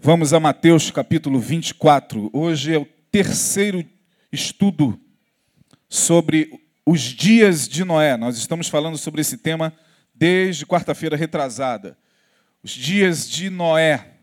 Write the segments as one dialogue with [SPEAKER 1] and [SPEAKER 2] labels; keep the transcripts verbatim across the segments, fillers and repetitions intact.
[SPEAKER 1] Vamos a Mateus capítulo vinte e quatro. Hoje é o terceiro estudo sobre os dias de Noé. Nós estamos falando sobre esse tema desde quarta-feira retrasada. Os dias de Noé.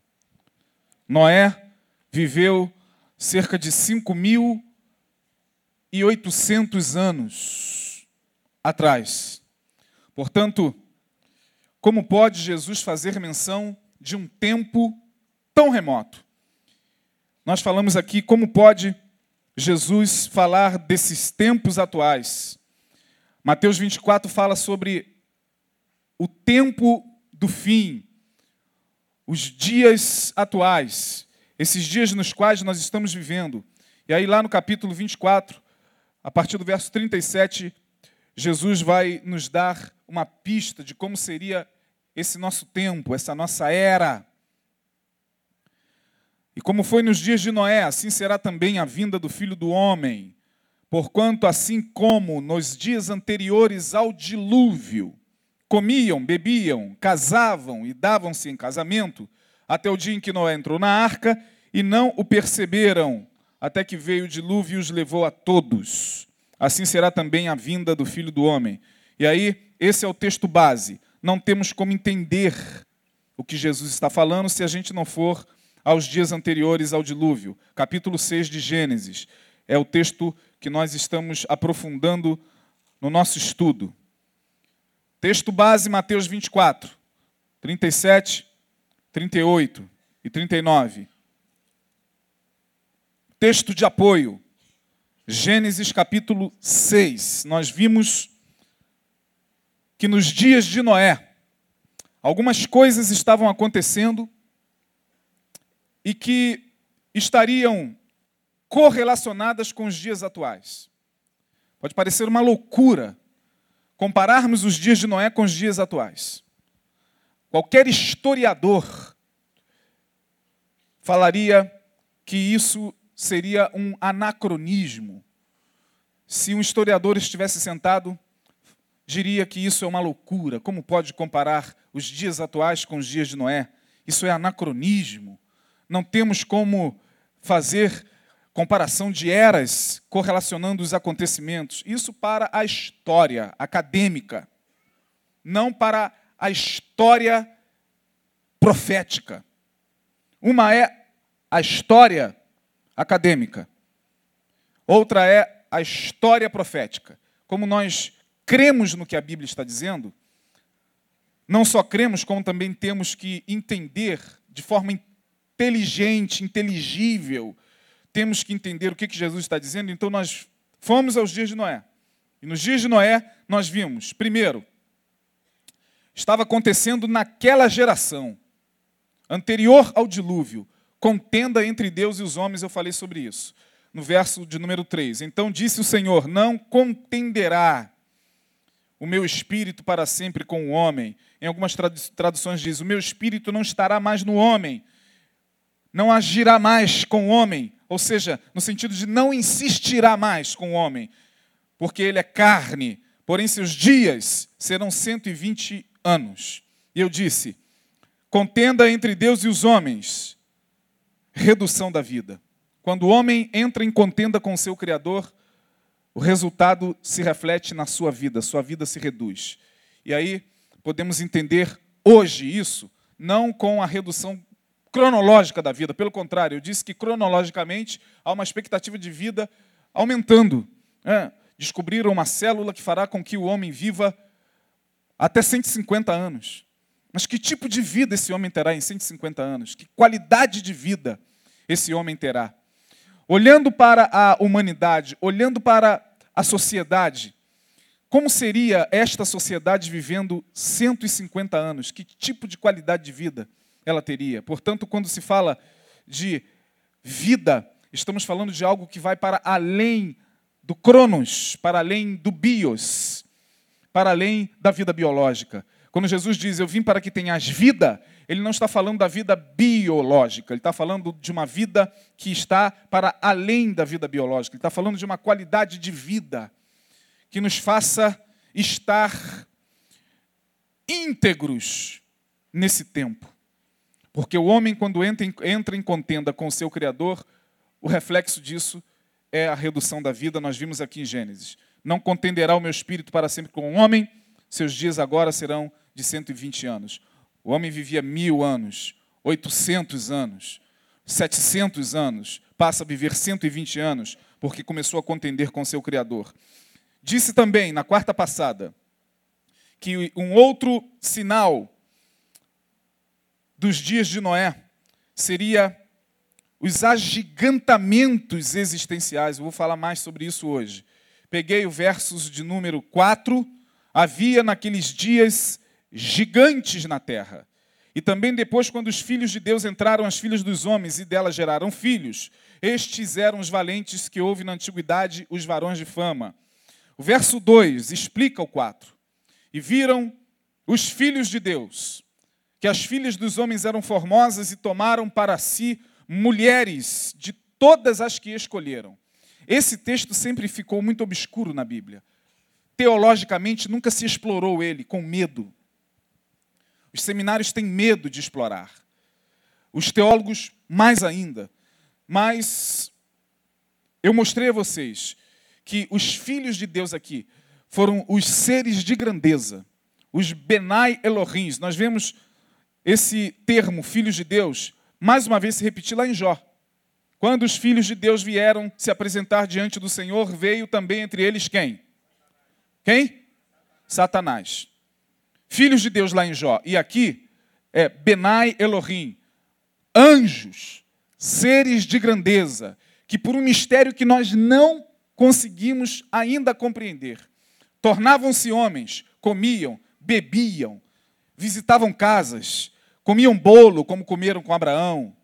[SPEAKER 1] Noé viveu cerca de cinco mil e oitocentos anos atrás. Portanto, como pode Jesus fazer menção de um tempo tão remoto? Nós falamos aqui como pode Jesus falar desses tempos atuais. Mateus vinte e quatro fala sobre o tempo do fim, os dias atuais, esses dias nos quais nós estamos vivendo. E aí lá no capítulo vinte e quatro, a partir do verso trinta e sete, Jesus vai nos dar uma pista de como seria esse nosso tempo, essa nossa era. E como foi nos dias de Noé, assim será também a vinda do Filho do Homem. Porquanto, assim como nos dias anteriores ao dilúvio, comiam, bebiam, casavam e davam-se em casamento, até o dia em que Noé entrou na arca, e não o perceberam, até que veio o dilúvio e os levou a todos. Assim será também a vinda do Filho do Homem. E aí, esse é o texto base. Não temos como entender o que Jesus está falando se a gente não for aos dias anteriores ao dilúvio. Capítulo seis de Gênesis. É o texto que nós estamos aprofundando no nosso estudo. Texto base, Mateus vinte e quatro, trinta e sete, trinta e oito e trinta e nove. Texto de apoio, Gênesis capítulo seis. Nós vimos que nos dias de Noé, algumas coisas estavam acontecendo e que estariam correlacionadas com os dias atuais. Pode parecer uma loucura compararmos os dias de Noé com os dias atuais. Qualquer historiador falaria que isso seria um anacronismo. Se um historiador estivesse sentado, diria que isso é uma loucura. Como pode comparar os dias atuais com os dias de Noé? Isso é anacronismo. Não temos como fazer comparação de eras correlacionando os acontecimentos. Isso para a história acadêmica, não para a história profética. Uma é a história acadêmica, outra é a história profética. Como nós cremos no que a Bíblia está dizendo, não só cremos, como também temos que entender de forma inteligente, inteligível, temos que entender o que Jesus está dizendo. Então nós fomos aos dias de Noé. E nos dias de Noé nós vimos, primeiro, estava acontecendo naquela geração, anterior ao dilúvio, contenda entre Deus e os homens. Eu falei sobre isso. No verso de número três. Então disse o Senhor: não contenderá o meu espírito para sempre com o homem. Em algumas traduções diz: o meu espírito não estará mais no homem, não agirá mais com o homem, ou seja, no sentido de não insistirá mais com o homem, porque ele é carne, porém seus dias serão cento e vinte anos. E eu disse: contenda entre Deus e os homens, redução da vida. Quando o homem entra em contenda com o seu Criador, o resultado se reflete na sua vida, sua vida se reduz. E aí podemos entender hoje isso, não com a redução cronológica da vida. Pelo contrário, eu disse que cronologicamente há uma expectativa de vida aumentando. É, descobriram uma célula que fará com que o homem viva até cento e cinquenta anos. Mas que tipo de vida esse homem terá em cento e cinquenta anos? Que qualidade de vida esse homem terá? Olhando para a humanidade, olhando para a sociedade, como seria esta sociedade vivendo cento e cinquenta anos? Que tipo de qualidade de vida ela teria? Portanto, quando se fala de vida, estamos falando de algo que vai para além do cronos, para além do bios, para além da vida biológica. Quando Jesus diz: eu vim para que tenhas vida, ele não está falando da vida biológica, ele está falando de uma vida que está para além da vida biológica. Ele está falando de uma qualidade de vida que nos faça estar íntegros nesse tempo. Porque o homem, quando entra em, entra em contenda com o seu Criador, o reflexo disso é a redução da vida. Nós vimos aqui em Gênesis. Não contenderá o meu espírito para sempre com o homem, seus dias agora serão de cento e vinte anos. O homem vivia mil anos, oitocentos anos, setecentos anos, passa a viver cento e vinte anos, porque começou a contender com seu Criador. Disse também, na quarta passada, que um outro sinal dos dias de Noé seria os agigantamentos existenciais. Eu vou falar mais sobre isso hoje. Peguei o versos de número quatro. Havia naqueles dias gigantes na terra. E também depois, quando os filhos de Deus entraram as filhas dos homens e delas geraram filhos, estes eram os valentes que houve na antiguidade, os varões de fama. O verso dois explica o quatro. E viram os filhos de Deus, que as filhas dos homens eram formosas e tomaram para si mulheres de todas as que escolheram. Esse texto sempre ficou muito obscuro na Bíblia. Teologicamente, nunca se explorou ele, com medo. Os seminários têm medo de explorar. Os teólogos, mais ainda. Mas eu mostrei a vocês que os filhos de Deus aqui foram os seres de grandeza, os Benai Elohim. Nós vemos esse termo, filhos de Deus, mais uma vez se repetir lá em Jó. Quando os filhos de Deus vieram se apresentar diante do Senhor, veio também entre eles quem? Quem? Satanás. Filhos de Deus lá em Jó. E aqui é Benai Elohim, anjos, seres de grandeza, que por um mistério que nós não conseguimos ainda compreender, tornavam-se homens, comiam, bebiam, visitavam casas, comiam bolo, como comeram com Abraão,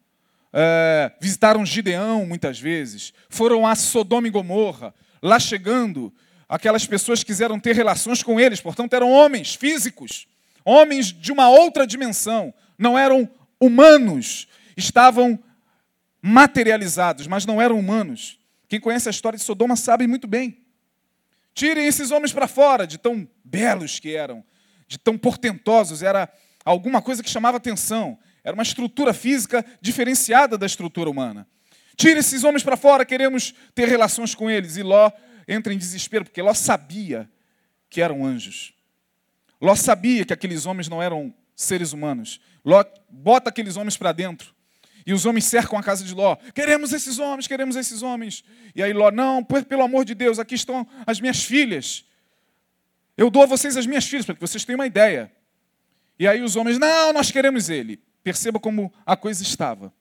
[SPEAKER 1] é, visitaram Gideão muitas vezes, foram a Sodoma e Gomorra. Lá chegando, aquelas pessoas quiseram ter relações com eles, portanto eram homens físicos, homens de uma outra dimensão, não eram humanos, estavam materializados, mas não eram humanos. Quem conhece a história de Sodoma sabe muito bem. Tirem esses homens para fora, de tão belos que eram, de tão portentosos, era alguma coisa que chamava atenção, era uma estrutura física diferenciada da estrutura humana. Tire esses homens para fora, queremos ter relações com eles. E Ló entra em desespero, porque Ló sabia que eram anjos. Ló sabia que aqueles homens não eram seres humanos. Ló bota aqueles homens para dentro. E os homens cercam a casa de Ló. Queremos esses homens, queremos esses homens. E aí Ló, não, pelo amor de Deus, aqui estão as minhas filhas. Eu dou a vocês as minhas filhas, para que vocês tenham uma ideia. E aí os homens, não, nós queremos ele. Perceba como a coisa estava.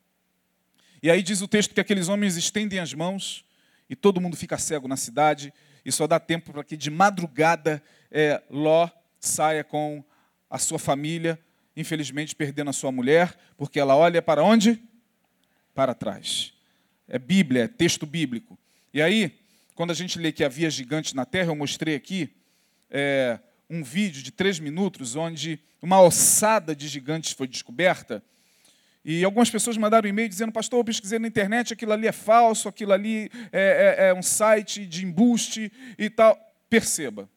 [SPEAKER 1] E aí diz o texto que aqueles homens estendem as mãos e todo mundo fica cego na cidade e só dá tempo para que de madrugada é, Ló saia com a sua família, infelizmente perdendo a sua mulher, porque ela olha para onde? Para trás. É Bíblia, é texto bíblico. E aí, quando a gente lê que havia gigantes na terra, eu mostrei aqui é, um vídeo de três minutos onde uma ossada de gigantes foi descoberta. E algumas pessoas mandaram um e-mail dizendo, pastor, eu pesquisei na internet, aquilo ali é falso, aquilo ali é, é, é um site de embuste e tal. Perceba.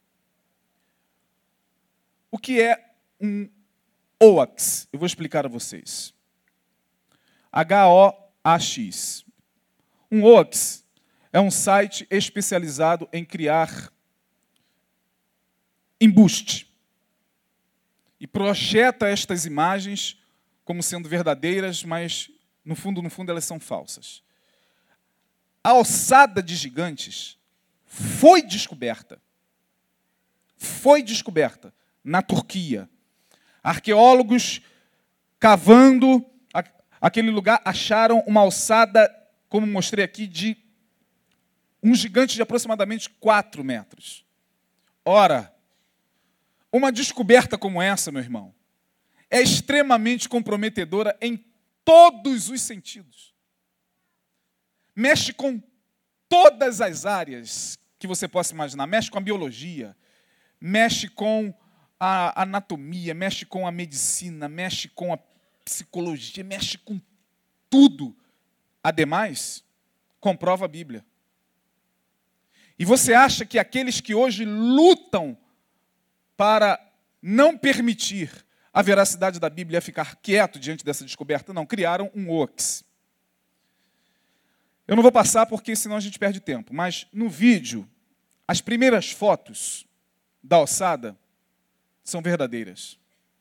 [SPEAKER 1] O que é um hoax? Eu vou explicar a vocês. H O A X. Um hoax é um site especializado em criar embuste. E projeta estas imagens como sendo verdadeiras, mas no fundo, no fundo, elas são falsas. A ossada de gigantes foi descoberta. Foi descoberta na Turquia. Arqueólogos cavando aquele lugar acharam uma ossada, como mostrei aqui, de um gigante de aproximadamente quatro metros. Ora, uma descoberta como essa, meu irmão, é extremamente comprometedora em todos os sentidos. Mexe com todas as áreas que você possa imaginar. Mexe com a biologia, mexe com a anatomia, mexe com a medicina, mexe com a psicologia, mexe com tudo. Ademais, comprova a Bíblia. E você acha que aqueles que hoje lutam para não permitir a veracidade da Bíblia ia ficar quieto diante dessa descoberta? Não, criaram um hoax. Eu não vou passar porque senão a gente perde tempo, mas no vídeo, as primeiras fotos da ossada são verdadeiras.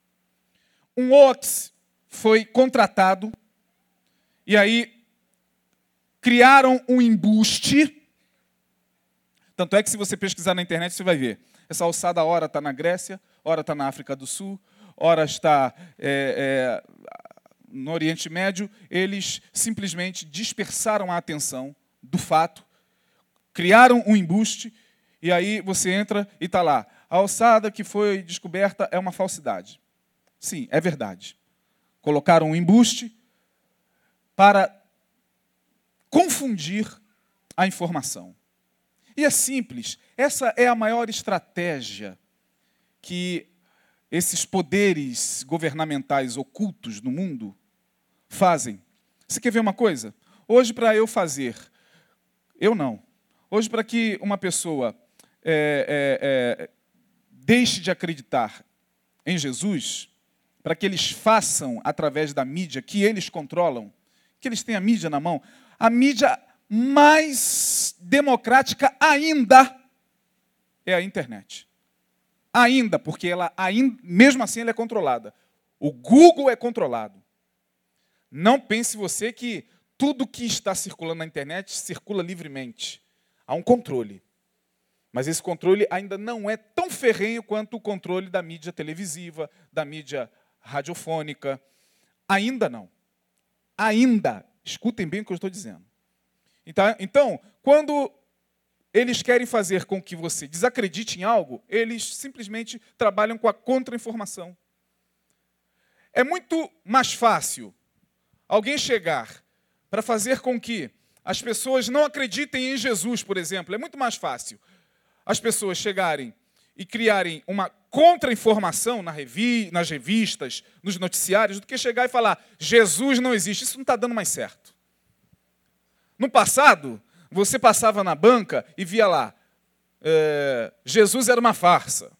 [SPEAKER 1] Um hoax foi contratado e aí criaram um embuste. Tanto é que se você pesquisar na internet, você vai ver. Essa ossada, ora está na Grécia, ora está na África do Sul, ora está é, é, no Oriente Médio. Eles simplesmente dispersaram a atenção do fato, criaram um embuste, e aí você entra e está lá. A ossada que foi descoberta é uma falsidade. Sim, é verdade. Colocaram um embuste para confundir a informação. E é simples. Essa é a maior estratégia que esses poderes governamentais ocultos no mundo fazem. Você quer ver uma coisa? Hoje, para eu fazer... Eu não. Hoje, para que uma pessoa é, é, é, deixe de acreditar em Jesus, para que eles façam através da mídia que eles controlam, que eles têm a mídia na mão, a mídia mais democrática ainda é a internet. Ainda, porque ela, ainda, mesmo assim, ela é controlada. O Google é controlado. Não pense você que tudo que está circulando na internet circula livremente. Há um controle. Mas esse controle ainda não é tão ferrenho quanto o controle da mídia televisiva, da mídia radiofônica. Ainda não. Ainda. Escutem bem o que eu estou dizendo. Então, então, quando eles querem fazer com que você desacredite em algo, eles simplesmente trabalham com a contra-informação. É muito mais fácil alguém chegar para fazer com que as pessoas não acreditem em Jesus, por exemplo. É muito mais fácil as pessoas chegarem e criarem uma contra-informação na revi- nas revistas, nos noticiários, do que chegar e falar, Jesus não existe. Isso não está dando mais certo. No passado, você passava na banca e via lá, é, Jesus era uma farsa.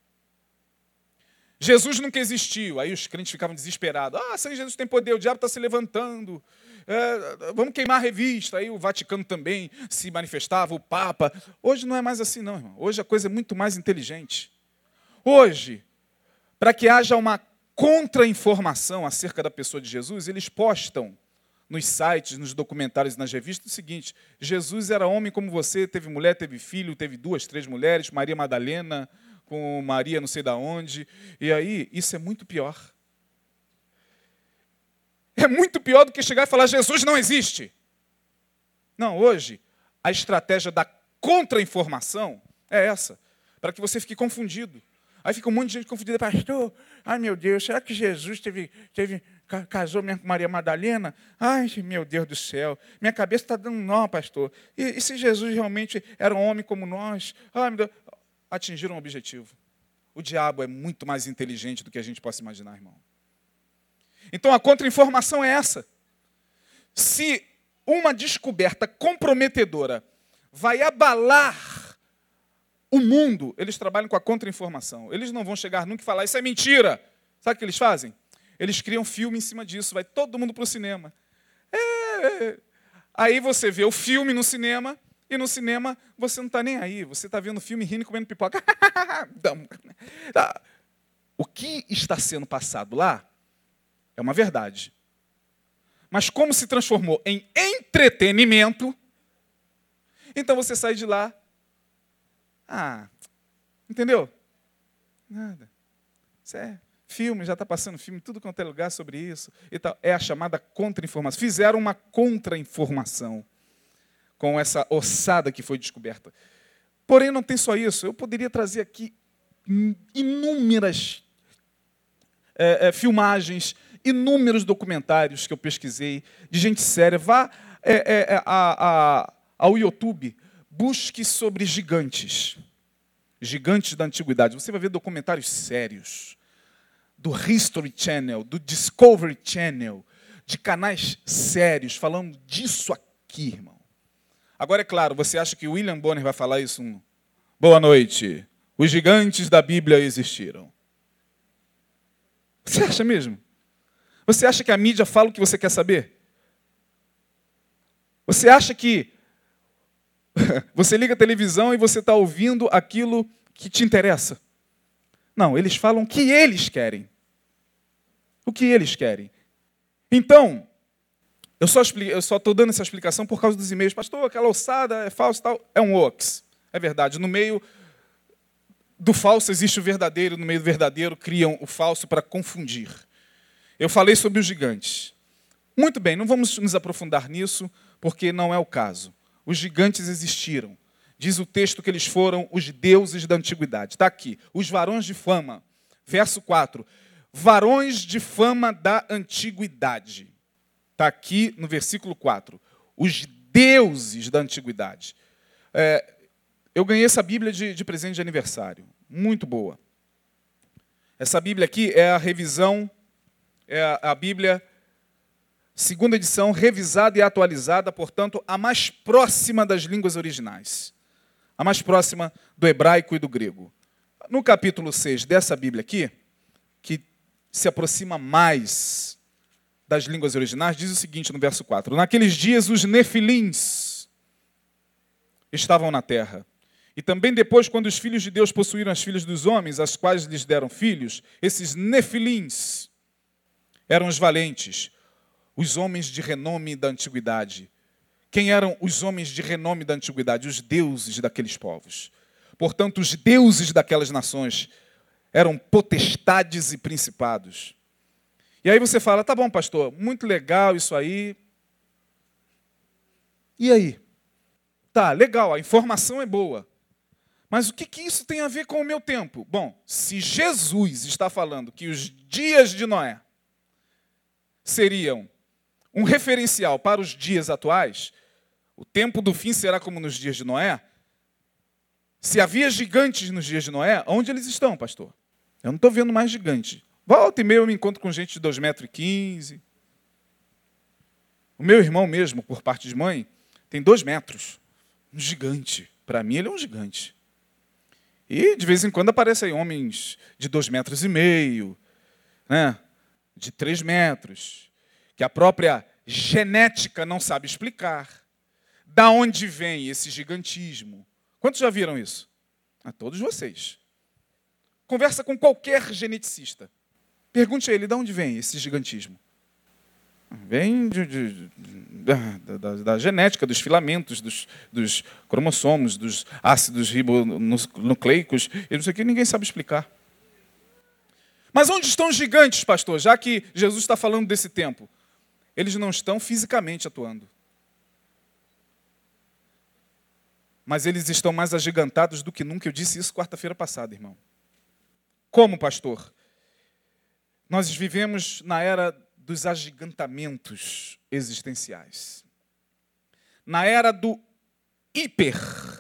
[SPEAKER 1] Jesus nunca existiu. Aí os crentes ficavam desesperados. Ah, sem Jesus tem poder, o diabo está se levantando. É, vamos queimar a revista. Aí o Vaticano também se manifestava, o Papa. Hoje não é mais assim, não, irmão. Hoje a coisa é muito mais inteligente. Hoje, para que haja uma contra-informação acerca da pessoa de Jesus, eles postam nos sites, nos documentários e nas revistas o seguinte, Jesus era homem como você, teve mulher, teve filho, teve duas, três mulheres, Maria Madalena, com Maria não sei de onde. E aí, isso é muito pior. É muito pior do que chegar e falar, Jesus não existe. Não, hoje, a estratégia da contra-informação é essa, para que você fique confundido. Aí fica um monte de gente confundida, pastor, ai meu Deus, será que Jesus teve, teve, casou mesmo com Maria Madalena? Ai, meu Deus do céu, minha cabeça está dando nó, pastor. E, e se Jesus realmente era um homem como nós? Ai, meu Deus. Atingiram o objetivo. O diabo é muito mais inteligente do que a gente possa imaginar, irmão. Então a contra-informação é essa. Se uma descoberta comprometedora vai abalar o mundo, eles trabalham com a contra-informação. Eles não vão chegar nunca e falar, isso é mentira. Sabe o que eles fazem? Eles criam filme em cima disso, vai todo mundo para o cinema. É... Aí você vê o filme no cinema, e no cinema você não está nem aí, você está vendo o filme rindo e comendo pipoca. O que está sendo passado lá é uma verdade. Mas como se transformou em entretenimento, então você sai de lá, ah, entendeu? Nada. Isso é filme, já está passando filme, tudo quanto é lugar sobre isso. E tal. É a chamada contra-informação. Fizeram uma contra-informação com essa ossada que foi descoberta. Porém, não tem só isso. Eu poderia trazer aqui inúmeras é, é, filmagens, inúmeros documentários que eu pesquisei, de gente séria. Vá é, é, a, a, ao YouTube, busque sobre gigantes. Gigantes da antiguidade. Você vai ver documentários sérios. Do History Channel, do Discovery Channel, de canais sérios, falando disso aqui, irmão. Agora, é claro, você acha que William Bonner vai falar isso? Um... Boa noite. Os gigantes da Bíblia existiram. Você acha mesmo? Você acha que a mídia fala o que você quer saber? Você acha que você liga a televisão e você está ouvindo aquilo que te interessa? Não, eles falam o que eles querem. O que eles querem. Então, eu só estou dando essa explicação por causa dos e-mails. Pastor, aquela ossada é falsa e tal. É um hoax. É verdade. No meio do falso existe o verdadeiro, no meio do verdadeiro criam o falso para confundir. Eu falei sobre os gigantes. Muito bem, não vamos nos aprofundar nisso, porque não é o caso. Os gigantes existiram. Diz o texto que eles foram os deuses da antiguidade. Está aqui, os varões de fama. Verso quatro. Varões de fama da antiguidade. Está aqui no versículo quatro. Os deuses da antiguidade. É, eu ganhei essa Bíblia de, de presente de aniversário. Muito boa. Essa Bíblia aqui é a revisão, é a, a Bíblia, segunda edição, revisada e atualizada, portanto, a mais próxima das línguas originais. A mais próxima do hebraico e do grego. No capítulo seis dessa Bíblia aqui, que se aproxima mais das línguas originais, diz o seguinte no verso quatro. Naqueles dias os nefilins estavam na terra. E também depois, quando os filhos de Deus possuíram as filhas dos homens, as quais lhes deram filhos, esses nefilins eram os valentes, os homens de renome da antiguidade. Quem eram os homens de renome da antiguidade? Os deuses daqueles povos. Portanto, os deuses daquelas nações eram potestades e principados. E aí você fala, tá bom, pastor, muito legal isso aí. E aí? Tá, legal, a informação é boa. Mas o que, que isso tem a ver com o meu tempo? Bom, se Jesus está falando que os dias de Noé seriam um referencial para os dias atuais, o tempo do fim será como nos dias de Noé. Se havia gigantes nos dias de Noé, onde eles estão, pastor? Eu não estou vendo mais gigantes. Volta e meia eu me encontro com gente de dois metros e quinze. O meu irmão mesmo, por parte de mãe, tem dois metros. Um gigante. Para mim ele é um gigante. E de vez em quando aparecem homens de dois metros e meio, né? De três metros, que a própria genética não sabe explicar. Da onde vem esse gigantismo? Quantos já viram isso? A todos vocês. Conversa com qualquer geneticista. Pergunte a ele, de onde vem esse gigantismo? Vem de, de, de, da, da, da genética, dos filamentos, dos, dos cromossomos, dos ácidos ribonucleicos, e não sei o que, ninguém sabe explicar. Mas onde estão os gigantes, pastor? Já que Jesus está falando desse tempo. Eles não estão fisicamente atuando. Mas eles estão mais agigantados do que nunca. Eu disse isso quarta-feira passada, irmão. Como, pastor? Nós vivemos na era dos agigantamentos existenciais. Na era do hiper.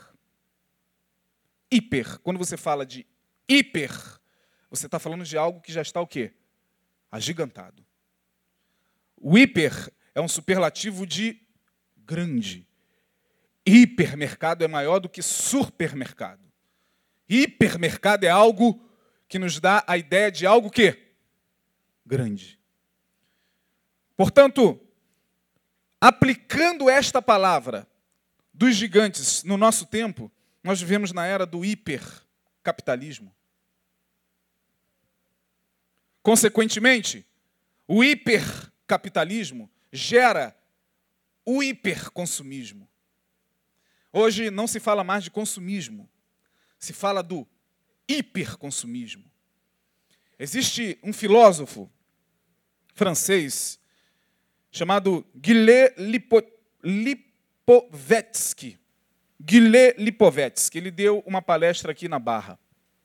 [SPEAKER 1] Hiper. Quando você fala de hiper, você está falando de algo que já está o quê? Agigantado. O hiper é um superlativo de grande. Hipermercado é maior do que supermercado. Hipermercado é algo que nos dá a ideia de algo que? Grande. Portanto, aplicando esta palavra dos gigantes no nosso tempo, nós vivemos na era do hipercapitalismo. Consequentemente, o hipercapitalismo gera o hiperconsumismo. Hoje não se fala mais de consumismo, se fala do hiperconsumismo. Existe um filósofo francês chamado Gilles Lipovetsky. Gilles Lipovetsky. Ele deu uma palestra aqui na Barra.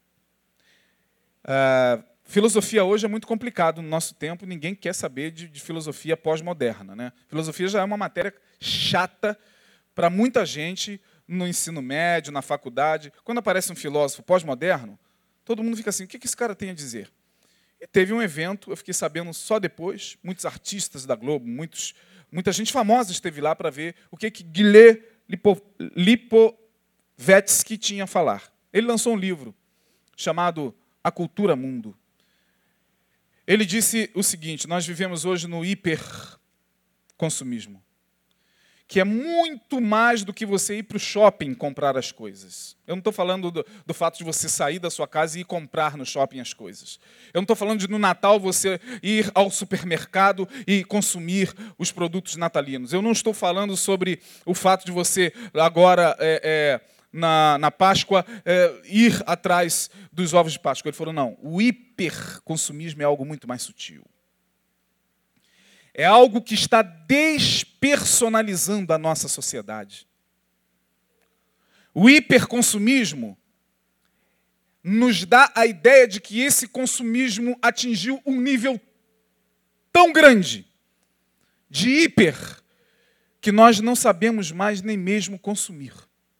[SPEAKER 1] Uh, filosofia hoje é muito complicado no nosso tempo. Ninguém quer saber de, de filosofia pós-moderna, né? Filosofia já é uma matéria chata para muita gente no ensino médio, na faculdade. Quando aparece um filósofo pós-moderno, todo mundo fica assim, o que esse cara tem a dizer? E teve um evento, eu fiquei sabendo só depois, muitos artistas da Globo, muitos, muita gente famosa esteve lá para ver o que, que Gilles Lipovetsky tinha a falar. Ele lançou um livro chamado A Cultura Mundo. Ele disse o seguinte: nós vivemos hoje no hiperconsumismo, que é muito mais do que você ir para o shopping comprar as coisas. Eu não estou falando do, do fato de você sair da sua casa e ir comprar no shopping as coisas. Eu não estou falando de, no Natal, você ir ao supermercado e consumir os produtos natalinos. Eu não estou falando sobre o fato de você, agora, é, é, na, na Páscoa, é, ir atrás dos ovos de Páscoa. Ele falou, não, o hiperconsumismo é algo muito mais sutil. É algo que está despersonalizando a nossa sociedade. O hiperconsumismo nos dá a ideia de que esse consumismo atingiu um nível tão grande de hiper que nós não sabemos mais nem mesmo consumir.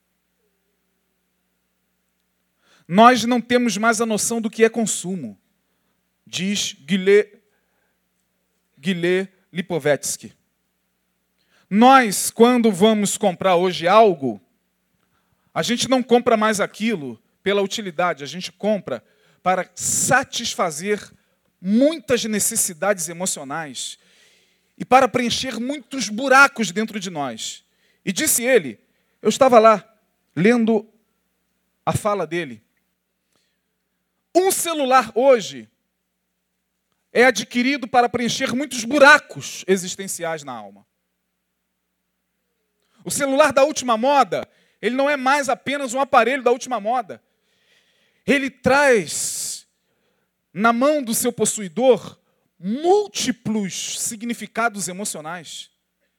[SPEAKER 1] Nós não temos mais a noção do que é consumo, diz Gile, Gile Lipovetsky. Nós, quando vamos comprar hoje algo, a gente não compra mais aquilo pela utilidade, a gente compra para satisfazer muitas necessidades emocionais e para preencher muitos buracos dentro de nós. E disse ele, eu estava lá, lendo a fala dele, um celular hoje é adquirido para preencher muitos buracos existenciais na alma. O celular da última moda, ele não é mais apenas um aparelho da última moda. Ele traz na mão do seu possuidor múltiplos significados emocionais.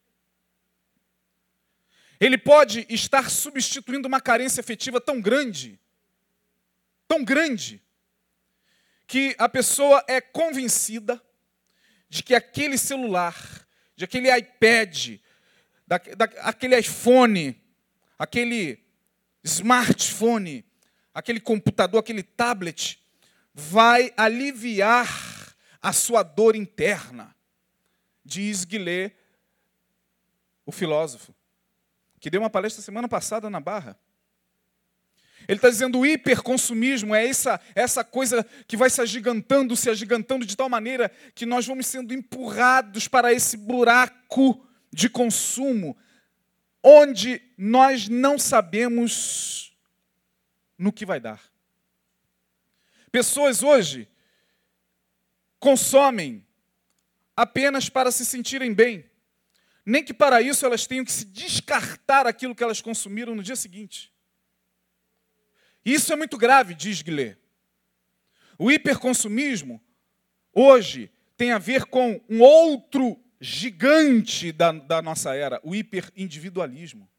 [SPEAKER 1] Ele pode estar substituindo uma carência afetiva tão grande, tão grande, que a pessoa é convencida de que aquele celular, de aquele iPad, da, da, aquele iPhone, aquele smartphone, aquele computador, aquele tablet, vai aliviar a sua dor interna, diz Gile, o filósofo, que deu uma palestra semana passada na Barra. Ele está dizendo que o hiperconsumismo é essa, essa coisa que vai se agigantando, se agigantando de tal maneira que nós vamos sendo empurrados para esse buraco de consumo, onde nós não sabemos no que vai dar. Pessoas hoje consomem apenas para se sentirem bem, nem que para isso elas tenham que se descartar aquilo que elas consumiram no dia seguinte. Isso é muito grave, diz Gile. O hiperconsumismo, hoje, tem a ver com um outro gigante da, da nossa era, o hiperindividualismo.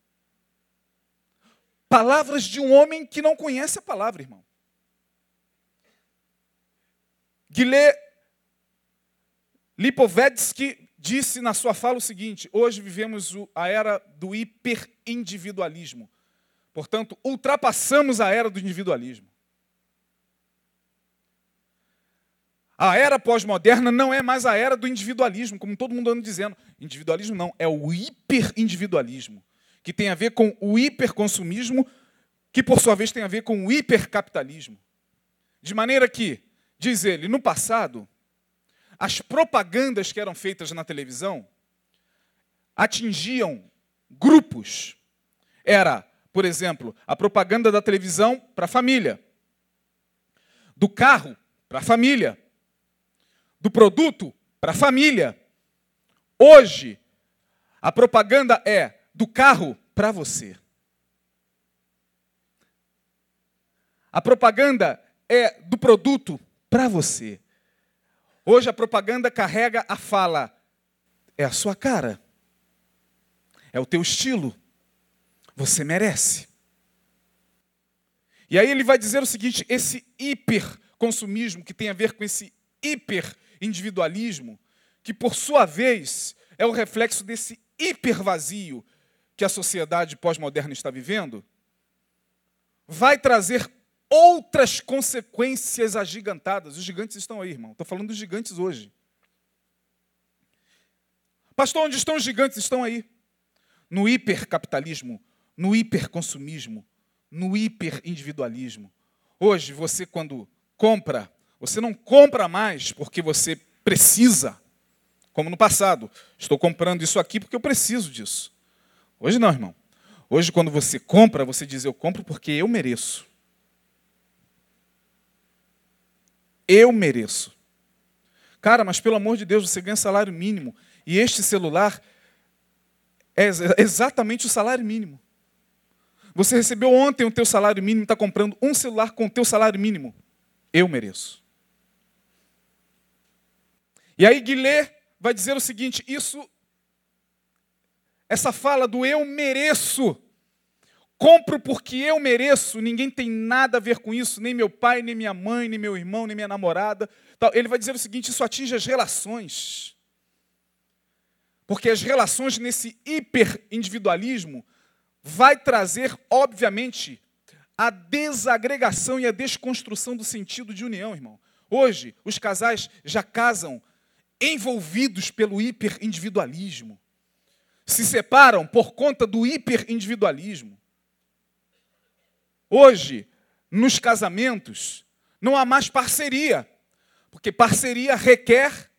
[SPEAKER 1] Palavras de um homem que não conhece a palavra, irmão. Gile Lipovetsky disse na sua fala o seguinte, hoje vivemos a era do hiperindividualismo. Portanto, ultrapassamos a era do individualismo. A era pós-moderna não é mais a era do individualismo, como todo mundo anda dizendo. Individualismo não, é o hiperindividualismo, que tem a ver com o hiperconsumismo, que por sua vez tem a ver com o hipercapitalismo. De maneira que, diz ele, no passado, as propagandas que eram feitas na televisão atingiam grupos. Era, por exemplo, a propaganda da televisão para a família, do carro para a família, do produto para a família. Hoje, a propaganda é do carro para você. A propaganda é do produto para você. Hoje a propaganda carrega a fala, é a sua cara, é o teu estilo. Você merece. E aí ele vai dizer o seguinte, esse hiperconsumismo que tem a ver com esse hiperindividualismo, que por sua vez é o reflexo desse hipervazio que a sociedade pós-moderna está vivendo, vai trazer outras consequências agigantadas. Os gigantes estão aí, irmão. Estou falando dos gigantes hoje. Pastor, onde estão os gigantes? Estão aí. No hipercapitalismo, no hiperconsumismo, no hiperindividualismo. Hoje, você quando compra, Você não compra mais porque você precisa, como no passado. Estou comprando isso aqui porque eu preciso disso. Hoje não, irmão. Hoje, quando você compra, você diz, eu compro porque eu mereço. Eu mereço. Cara, mas pelo amor de Deus, você ganha salário mínimo. E este celular é exatamente o salário mínimo. Você recebeu ontem o teu salário mínimo, está comprando um celular com o teu salário mínimo. Eu mereço. E aí Guilherme vai dizer o seguinte, isso, essa fala do eu mereço, compro porque eu mereço, ninguém tem nada a ver com isso, nem meu pai, nem minha mãe, nem meu irmão, nem minha namorada. Ele vai dizer o seguinte, isso atinge as relações. Porque as relações nesse hiperindividualismo vai trazer, obviamente, a desagregação e a desconstrução do sentido de união, irmão. Hoje, os casais já casam envolvidos pelo hiperindividualismo. Se separam por conta do hiperindividualismo. Hoje, nos casamentos, não há mais parceria. Porque parceria requer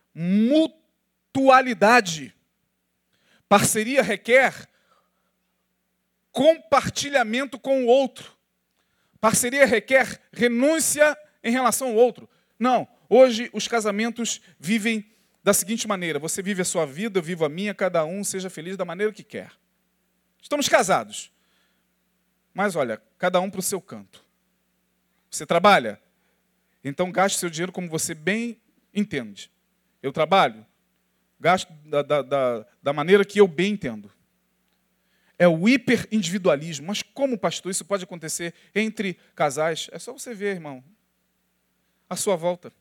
[SPEAKER 1] mutualidade. Parceria requer compartilhamento com o outro. Parceria requer renúncia em relação ao outro. Não, hoje os casamentos vivem da seguinte maneira, você vive a sua vida, eu vivo a minha, cada um seja feliz da maneira que quer. Estamos casados, mas olha, cada um para o seu canto. Você trabalha? Então gaste seu dinheiro como você bem entende. Eu trabalho? Gasto da, da, da, da maneira que eu bem entendo. É o hiperindividualismo. Mas como, pastor, isso pode acontecer entre casais? É só você ver, irmão, à sua volta.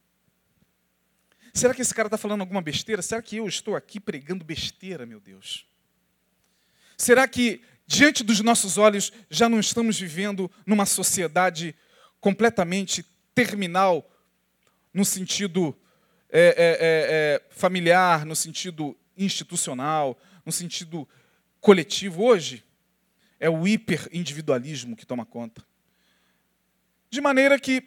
[SPEAKER 1] Será que esse cara está falando alguma besteira? Será que eu estou aqui pregando besteira, meu Deus? Será que, diante dos nossos olhos, já não estamos vivendo numa sociedade completamente terminal, no sentido é, é, é, é, familiar, no sentido institucional, no sentido coletivo? Hoje é o hiperindividualismo que toma conta. De maneira que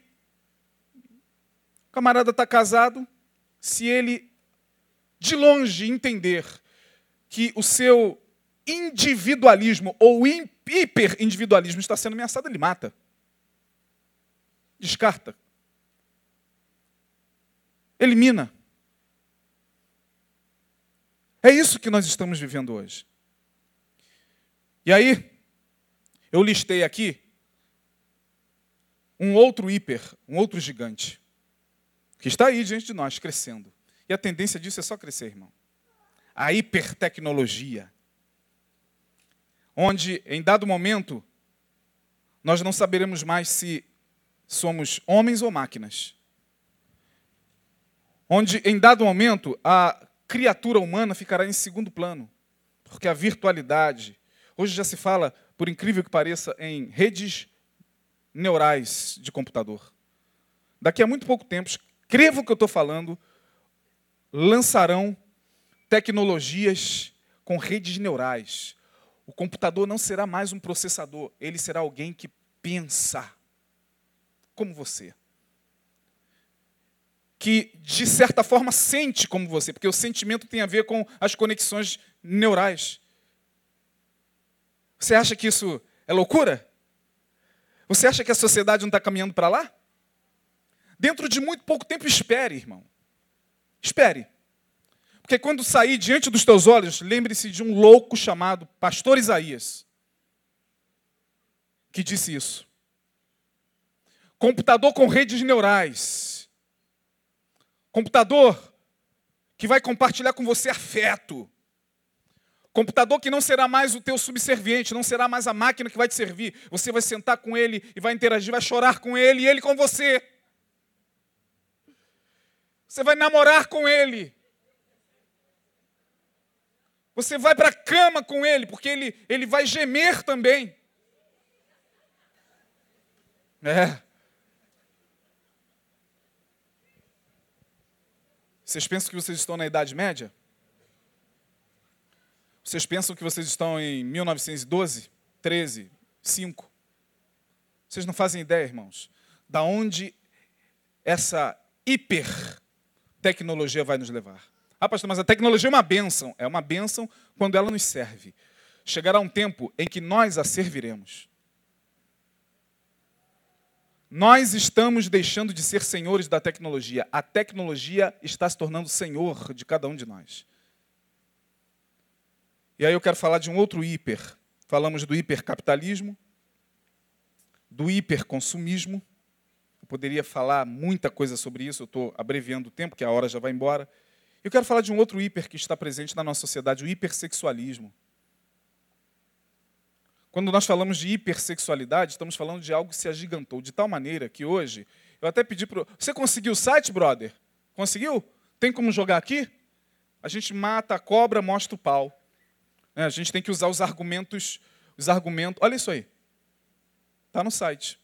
[SPEAKER 1] o camarada está casado, se ele de longe entender que o seu individualismo ou hiperindividualismo está sendo ameaçado, ele mata. Descarta. Elimina. É isso que nós estamos vivendo hoje. E aí, eu listei aqui um outro hiper, um outro gigante, que está aí diante de nós, crescendo. E a tendência disso é só crescer, irmão. A hipertecnologia. Onde, em dado momento, nós não saberemos mais se somos homens ou máquinas. Onde, em dado momento, a criatura humana ficará em segundo plano. Porque a virtualidade... Hoje já se fala, por incrível que pareça, em redes neurais de computador. Daqui a muito pouco tempo, escreva o que eu estou falando, lançarão tecnologias com redes neurais. O computador não será mais um processador, ele será alguém que pensa como você. Que, de certa forma, sente como você, porque o sentimento tem a ver com as conexões neurais. Você acha que isso é loucura? Você acha que a sociedade não está caminhando para lá? Dentro de muito pouco tempo, espere, irmão. Espere. Porque quando sair diante dos teus olhos, lembre-se de um louco chamado Pastor Isaías, que disse isso. Computador com redes neurais. Computador que vai compartilhar com você afeto. Computador que não será mais o teu subserviente, não será mais a máquina que vai te servir. Você vai sentar com ele e vai interagir, vai chorar com ele e ele com você. Você vai namorar com ele. Você vai para a cama com ele, porque ele, ele vai gemer também. É. Vocês pensam que vocês estão na Idade Média? Vocês pensam que vocês estão em mil novecentos e doze, treze, cinco? Vocês não fazem ideia, irmãos, da onde essa hipertecnologia vai nos levar? Ah, pastor, mas a tecnologia é uma bênção. É uma bênção quando ela nos serve. Chegará um tempo em que nós a serviremos. Nós estamos deixando de ser senhores da tecnologia. A tecnologia está se tornando senhor de cada um de nós. E aí eu quero falar de um outro hiper. Falamos do hipercapitalismo, do hiperconsumismo. Eu poderia falar muita coisa sobre isso, eu estou abreviando o tempo, que a hora já vai embora. Eu quero falar de um outro hiper que está presente na nossa sociedade, o hipersexualismo. Quando nós falamos de hipersexualidade, estamos falando de algo que se agigantou de tal maneira que hoje, eu até pedi para... Você conseguiu o site, brother? Conseguiu? Tem como jogar aqui? A gente mata a cobra, mostra o pau. É, a gente tem que usar os argumentos, os argumentos... Olha isso aí. Está no site.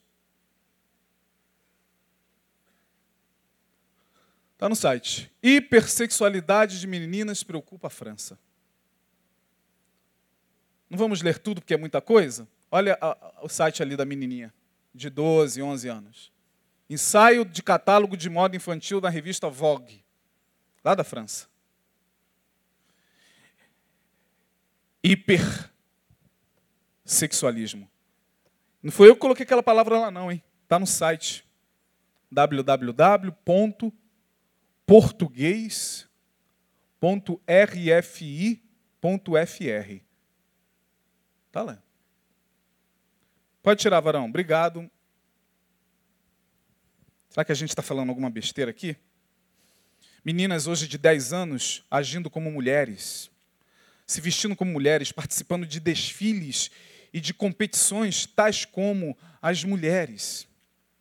[SPEAKER 1] Está no site. Hipersexualidade de meninas preocupa a França. Não vamos ler tudo porque é muita coisa? Olha a, a, o site ali da menininha, de doze, onze anos. Ensaio de catálogo de moda infantil da revista Vogue, lá da França. Hipersexualismo. Não foi eu que coloquei aquela palavra lá não, hein? Está no site. w w w ponto português ponto r f i ponto f r. Está lá. Pode tirar, varão. Obrigado. Será que a gente está falando alguma besteira aqui? Meninas hoje de dez anos agindo como mulheres, se vestindo como mulheres, participando de desfiles e de competições tais como as mulheres.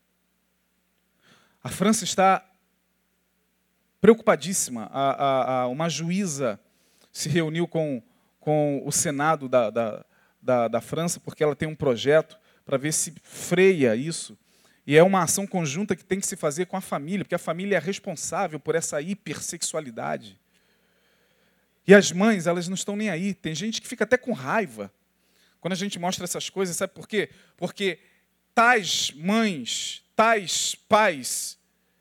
[SPEAKER 1] A França está preocupadíssima. A, a, a, uma juíza se reuniu com, com o Senado da, da, da, da França, porque ela tem um projeto para ver se freia isso. E é uma ação conjunta que tem que se fazer com a família, porque a família é responsável por essa hipersexualidade. E as mães, elas não estão nem aí. Tem gente que fica até com raiva quando a gente mostra essas coisas. Sabe por quê? Porque tais mães, tais pais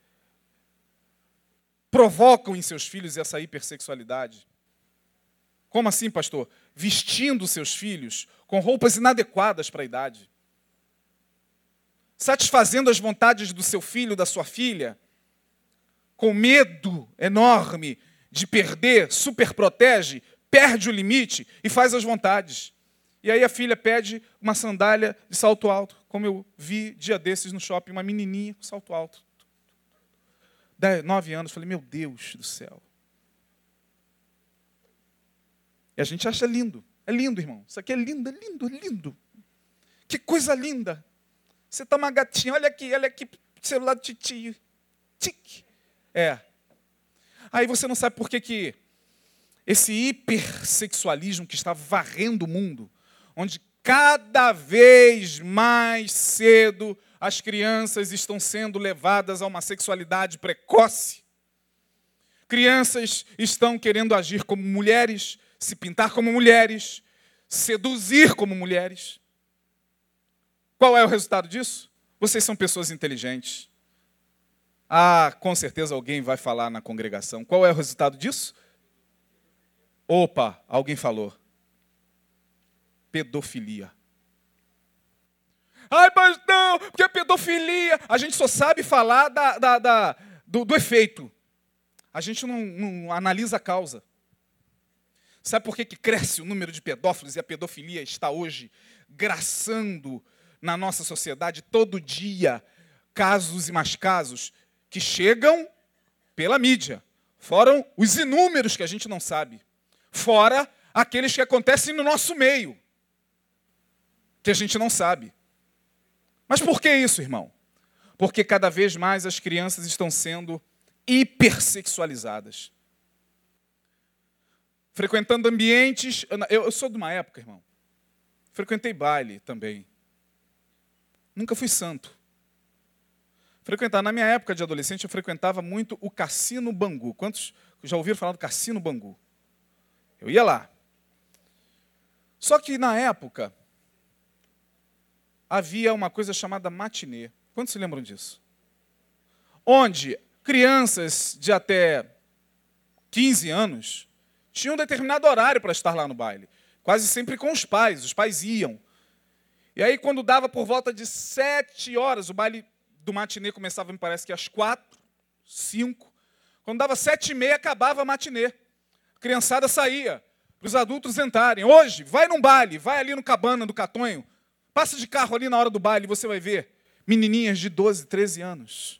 [SPEAKER 1] provocam em seus filhos essa hipersexualidade. Como assim, pastor? Vestindo seus filhos com roupas inadequadas para a idade. Satisfazendo as vontades do seu filho, da sua filha, com medo enorme de perder, superprotege, perde o limite e faz as vontades. E aí a filha pede uma sandália de salto alto, como eu vi dia desses no shopping, uma menininha com salto alto. Dez, nove anos, falei, meu Deus do céu. E a gente acha lindo. É lindo, irmão. Isso aqui é lindo, é lindo, é lindo. Que coisa linda. Você está uma gatinha, olha aqui, olha aqui, celular do titio. Tic. É. Aí você não sabe por que que esse hipersexualismo que está varrendo o mundo, onde cada vez mais cedo as crianças estão sendo levadas a uma sexualidade precoce. Crianças estão querendo agir como mulheres, se pintar como mulheres, seduzir como mulheres. Qual é o resultado disso? Vocês são pessoas inteligentes. Ah, com certeza alguém vai falar na congregação. Qual é o resultado disso? Opa, alguém falou. Pedofilia. Ai, mas não, porque é pedofilia. A gente só sabe falar da, da, da, do, do efeito. A gente não, não analisa a causa. Sabe por que que cresce o número de pedófilos e a pedofilia está hoje graçando na nossa sociedade todo dia? Casos e mais casos que chegam pela mídia. Fora os inúmeros que a gente não sabe. Fora aqueles que acontecem no nosso meio, que a gente não sabe. Mas por que isso, irmão? Porque cada vez mais as crianças estão sendo hipersexualizadas. Frequentando ambientes... Eu, eu sou de uma época, irmão. Frequentei baile também. Nunca fui santo. Frequentar, na minha época de adolescente, eu frequentava muito o Cassino Bangu. Quantos já ouviram falar do Cassino Bangu? Eu ia lá. Só que, na época, havia uma coisa chamada matinê. Quantos se lembram disso? onde crianças de até quinze anos tinham um determinado horário para estar lá no baile. Quase sempre com os pais, os pais iam. E aí, quando dava por volta de sete horas, o baile do matinê começava, me parece que às quatro, cinco. Quando dava sete e meia, acabava a matinê. A criançada saía para os adultos entrarem. Hoje, vai num baile, vai ali no Cabana do Catonho, passa de carro ali na hora do baile e você vai ver menininhas de doze, treze anos,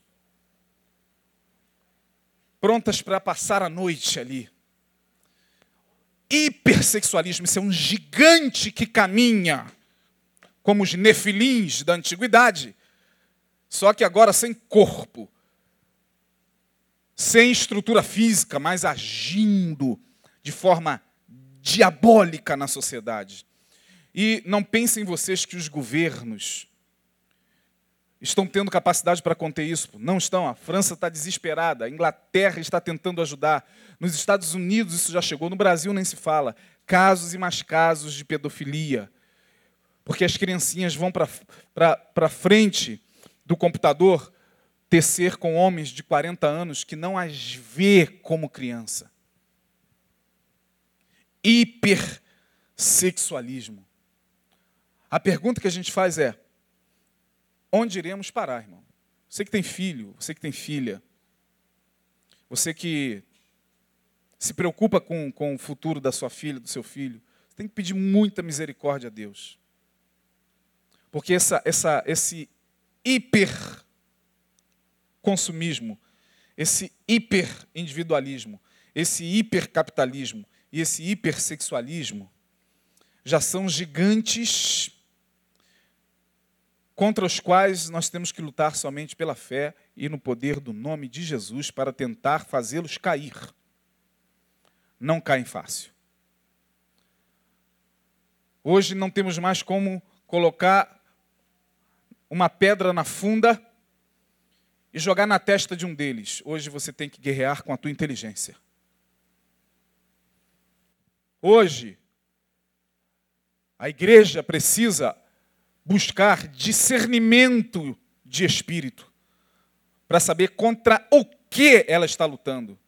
[SPEAKER 1] prontas para passar a noite ali. Hipersexualismo, isso é um gigante que caminha, como os nefilins da antiguidade, só que agora sem corpo, sem estrutura física, mas agindo de forma diabólica na sociedade. E não pensem vocês que os governos estão tendo capacidade para conter isso. Não estão. A França está desesperada, a Inglaterra está tentando ajudar. Nos Estados Unidos isso já chegou, no Brasil nem se fala. Casos e mais casos de pedofilia. Porque as criancinhas vão para frente do computador tecer com homens de quarenta anos que não as vê como criança. Hipersexualismo. A pergunta que a gente faz é: onde iremos parar, irmão? Você que tem filho, você que tem filha, você que se preocupa com, com o futuro da sua filha, do seu filho, você tem que pedir muita misericórdia a Deus. Porque essa, essa, esse hiperconsumismo, esse hiperindividualismo, esse hipercapitalismo e esse hipersexualismo já são gigantes contra os quais nós temos que lutar somente pela fé e no poder do nome de Jesus para tentar fazê-los cair. Não caem fácil. Hoje não temos mais como colocar uma pedra na funda e jogar na testa de um deles. Hoje você tem que guerrear com a tua inteligência. Hoje, a igreja precisa buscar discernimento de espírito para saber contra o que ela está lutando.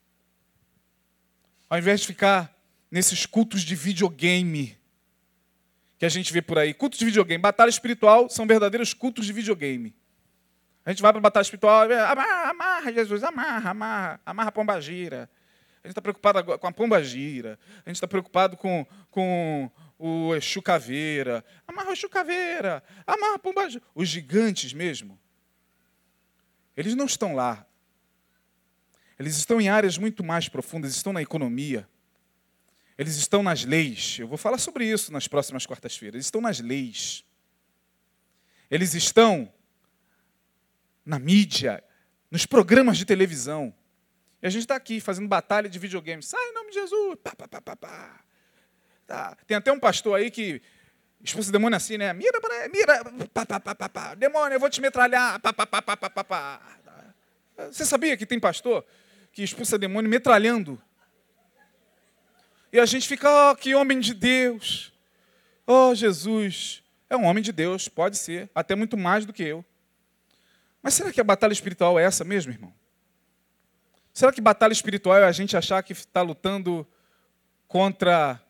[SPEAKER 1] Ao invés de ficar nesses cultos de videogame que a gente vê por aí. Cultos de videogame, batalha espiritual são verdadeiros cultos de videogame. A gente vai para a batalha espiritual, amarra, amarra, Jesus, amarra, amarra, amarra a pombagira. A gente está preocupado com a pombagira. A gente está preocupado com, com o Exu Caveira. Amarra o Exu Caveira, amarra a pombagira. Os gigantes mesmo, eles não estão lá. Eles estão em áreas muito mais profundas, estão na economia. Eles estão nas leis. Eu vou falar sobre isso nas próximas quartas-feiras. Eles estão nas leis. Eles estão na mídia, nos programas de televisão. E a gente está aqui fazendo batalha de videogame. Sai em nome de Jesus. Pá, pá, pá, pá, pá. Tá. Tem até um pastor aí que expulsa o demônio assim, né? Mira, mira. Pá, pá, pá, pá, pá. Demônio, eu vou te metralhar. Pá, pá, pá, pá, pá, pá. Você sabia que tem pastor que expulsa demônio metralhando? E a gente fica, oh, que homem de Deus. Oh, Jesus. É um homem de Deus, pode ser. Até muito mais do que eu. Mas será que a batalha espiritual é essa mesmo, irmão? Será que batalha espiritual é a gente achar que está lutando contra,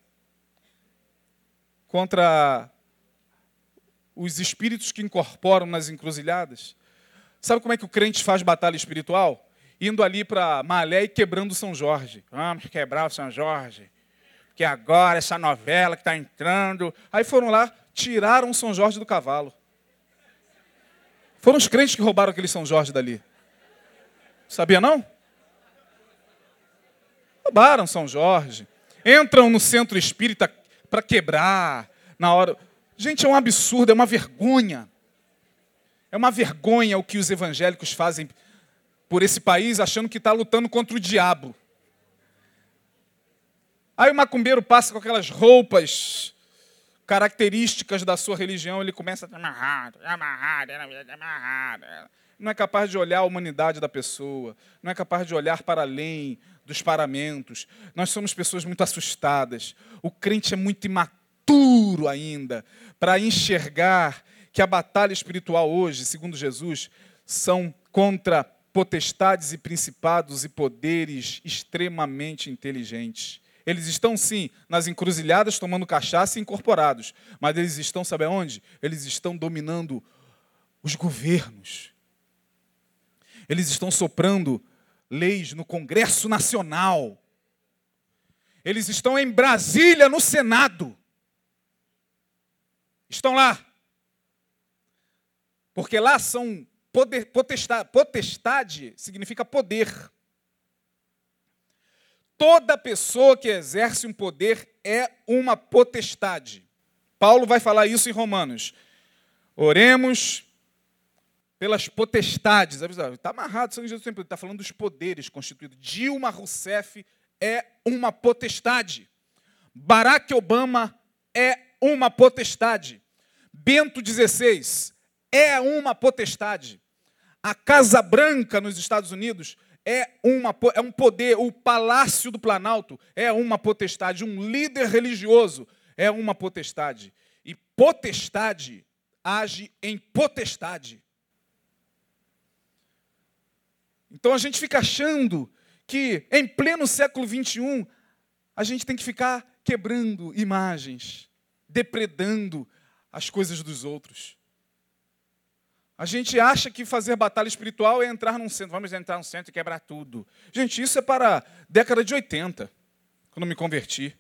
[SPEAKER 1] contra os espíritos que incorporam nas encruzilhadas? Sabe como é que o crente faz batalha espiritual? Indo ali para Malé e quebrando São Jorge. Vamos quebrar o São Jorge. Que agora essa novela que está entrando. Aí foram lá, tiraram o São Jorge do cavalo. Foram os crentes que roubaram aquele São Jorge dali. Sabia não? Roubaram São Jorge. Entram no centro espírita para quebrar na hora. Gente, é um absurdo, é uma vergonha. É uma vergonha o que os evangélicos fazem por esse país, achando que está lutando contra o diabo. Aí o macumbeiro passa com aquelas roupas características da sua religião, ele começa a amarrar, amarrar, amarrar. Não é capaz de olhar a humanidade da pessoa, não é capaz de olhar para além dos paramentos. Nós somos pessoas muito assustadas. O crente é muito imaturo ainda para enxergar que a batalha espiritual hoje, segundo Jesus, são contra potestades e principados e poderes extremamente inteligentes. Eles estão, sim, nas encruzilhadas, tomando cachaça e incorporados. Mas eles estão, sabe aonde? Eles estão dominando os governos. Eles estão soprando leis no Congresso Nacional. Eles estão em Brasília, no Senado. Estão lá. Porque lá são poder, potestade. Potestade significa poder. Toda pessoa que exerce um poder é uma potestade. Paulo vai falar isso em Romanos. Oremos pelas potestades. Está amarrado, São Jesus sempre está falando dos poderes constituídos. Dilma Rousseff é uma potestade. Barack Obama é uma potestade. Bento dezesseis é uma potestade. A Casa Branca nos Estados Unidos é, uma, é um poder. O Palácio do Planalto é uma potestade. Um líder religioso é uma potestade. E potestade age em potestade. Então a gente fica achando que em pleno século vinte e um a gente tem que ficar quebrando imagens, depredando as coisas dos outros. A gente acha que fazer batalha espiritual é entrar num centro. Vamos entrar num centro e quebrar tudo. Gente, isso é para a década de oitenta, quando eu me converti.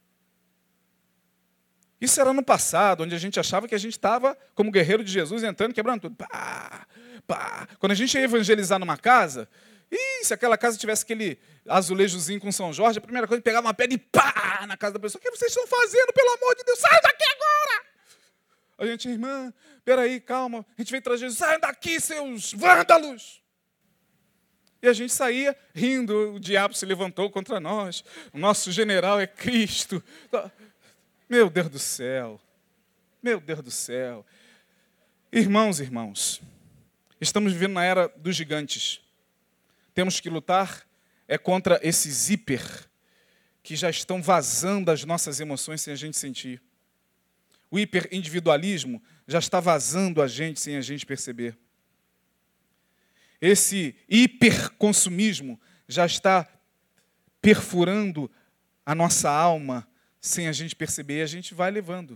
[SPEAKER 1] Isso era no passado, onde a gente achava que a gente estava, como guerreiro de Jesus, entrando e quebrando tudo. Pá, pá. Quando a gente ia evangelizar numa casa, e se aquela casa tivesse aquele azulejozinho com São Jorge, a primeira coisa, pegava uma pedra e pá, na casa da pessoa. O que vocês estão fazendo, pelo amor de Deus? Sai daqui agora! A gente, irmã, peraí, calma. A gente veio trazer Jesus. Saiam daqui, seus vândalos! E a gente saía rindo. O diabo se levantou contra nós. O nosso general é Cristo. Meu Deus do céu. Meu Deus do céu. Irmãos, irmãos, estamos vivendo na era dos gigantes. Temos que lutar é contra esses hiper que já estão vazando as nossas emoções sem a gente sentir. O hiperindividualismo já está vazando a gente sem a gente perceber. Esse hiperconsumismo já está perfurando a nossa alma sem a gente perceber, e a gente vai levando.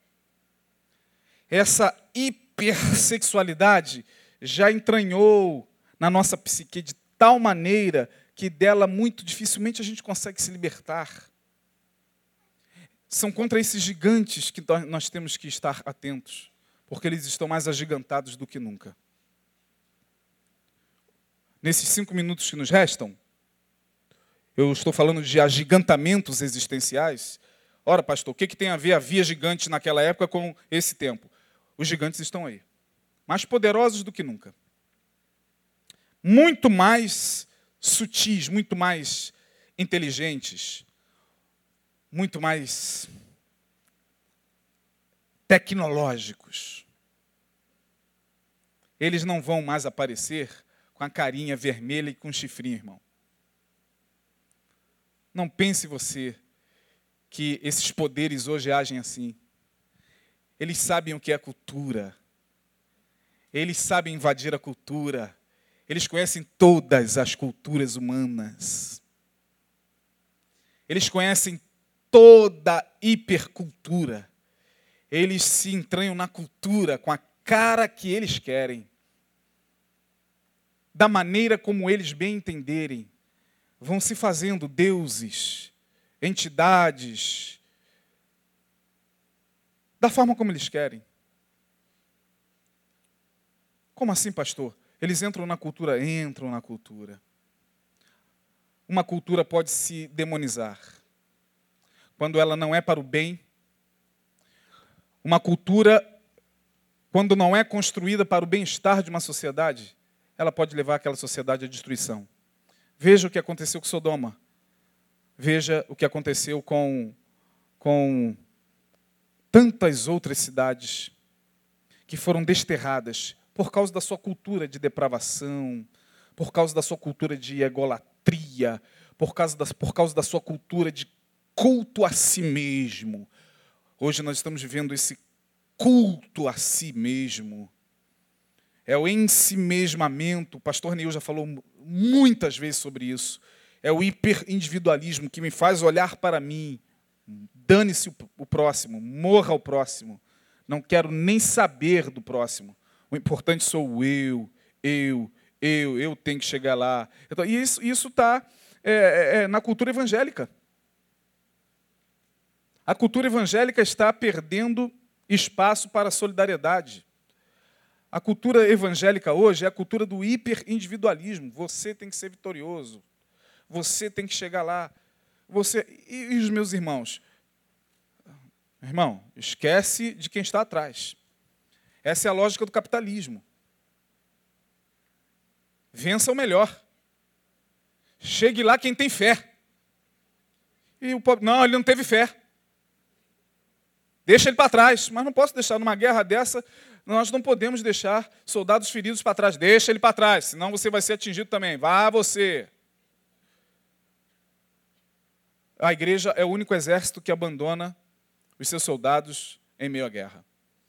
[SPEAKER 1] Essa hipersexualidade já entranhou na nossa psique de tal maneira que dela muito dificilmente a gente consegue se libertar. São contra esses gigantes que nós temos que estar atentos, porque eles estão mais agigantados do que nunca. Nesses cinco minutos que nos restam, eu estou falando de agigantamentos existenciais. Ora, pastor, o que, que tem a ver havia gigantes naquela época com esse tempo? Os gigantes estão aí, mais poderosos do que nunca. Muito mais sutis, muito mais inteligentes, muito mais tecnológicos. Eles não vão mais aparecer com a carinha vermelha e com chifrinho, irmão. Não pense você que esses poderes hoje agem assim. Eles sabem o que é cultura. Eles sabem invadir a cultura. Eles conhecem todas as culturas humanas. Eles conhecem toda a hipercultura. Eles se entranham na cultura com a cara que eles querem. Da maneira como eles bem entenderem. Vão se fazendo deuses, entidades, da forma como eles querem. Como assim, pastor? Eles entram na cultura? Entram na cultura. Uma cultura pode se demonizar quando ela não é para o bem. Uma cultura, quando não é construída para o bem-estar de uma sociedade, ela pode levar aquela sociedade à destruição. Veja o que aconteceu com Sodoma. Veja o que aconteceu com, com tantas outras cidades que foram desterradas por causa da sua cultura de depravação, por causa da sua cultura de egolatria, por causa da, por causa da sua cultura de culto a si mesmo. Hoje nós estamos vivendo esse culto a si mesmo. é o ensimesmamento. O pastor Neil já falou muitas vezes sobre isso. É o hiperindividualismo que me faz olhar para mim. Dane-se o próximo, morra o próximo. Não quero nem saber do próximo. O importante sou eu, eu, eu, eu tenho que chegar lá. Então, e isso está é, é, na cultura evangélica. A cultura evangélica está perdendo espaço para a solidariedade. A cultura evangélica hoje é a cultura do hiperindividualismo. Você tem que ser vitorioso. Você tem que chegar lá. Você e, e os meus irmãos? Irmão, esquece de quem está atrás. Essa é a lógica do capitalismo. Vença o melhor. Chegue lá quem tem fé. E o pobre, não, ele não teve fé. Deixa ele para trás. Mas não posso deixar numa guerra dessa, nós não podemos deixar soldados feridos para trás. Deixa ele para trás, senão você vai ser atingido também. Vá você. A igreja é o único exército que abandona os seus soldados em meio à guerra.